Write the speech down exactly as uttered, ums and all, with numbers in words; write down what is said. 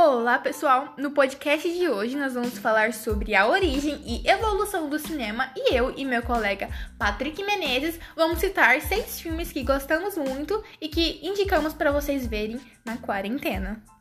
Olá, pessoal! No podcast de hoje nós vamos falar sobre a origem e evolução do cinema e eu e meu colega Patrick Menezes vamos citar seis filmes que gostamos muito e que indicamos para vocês verem na quarentena.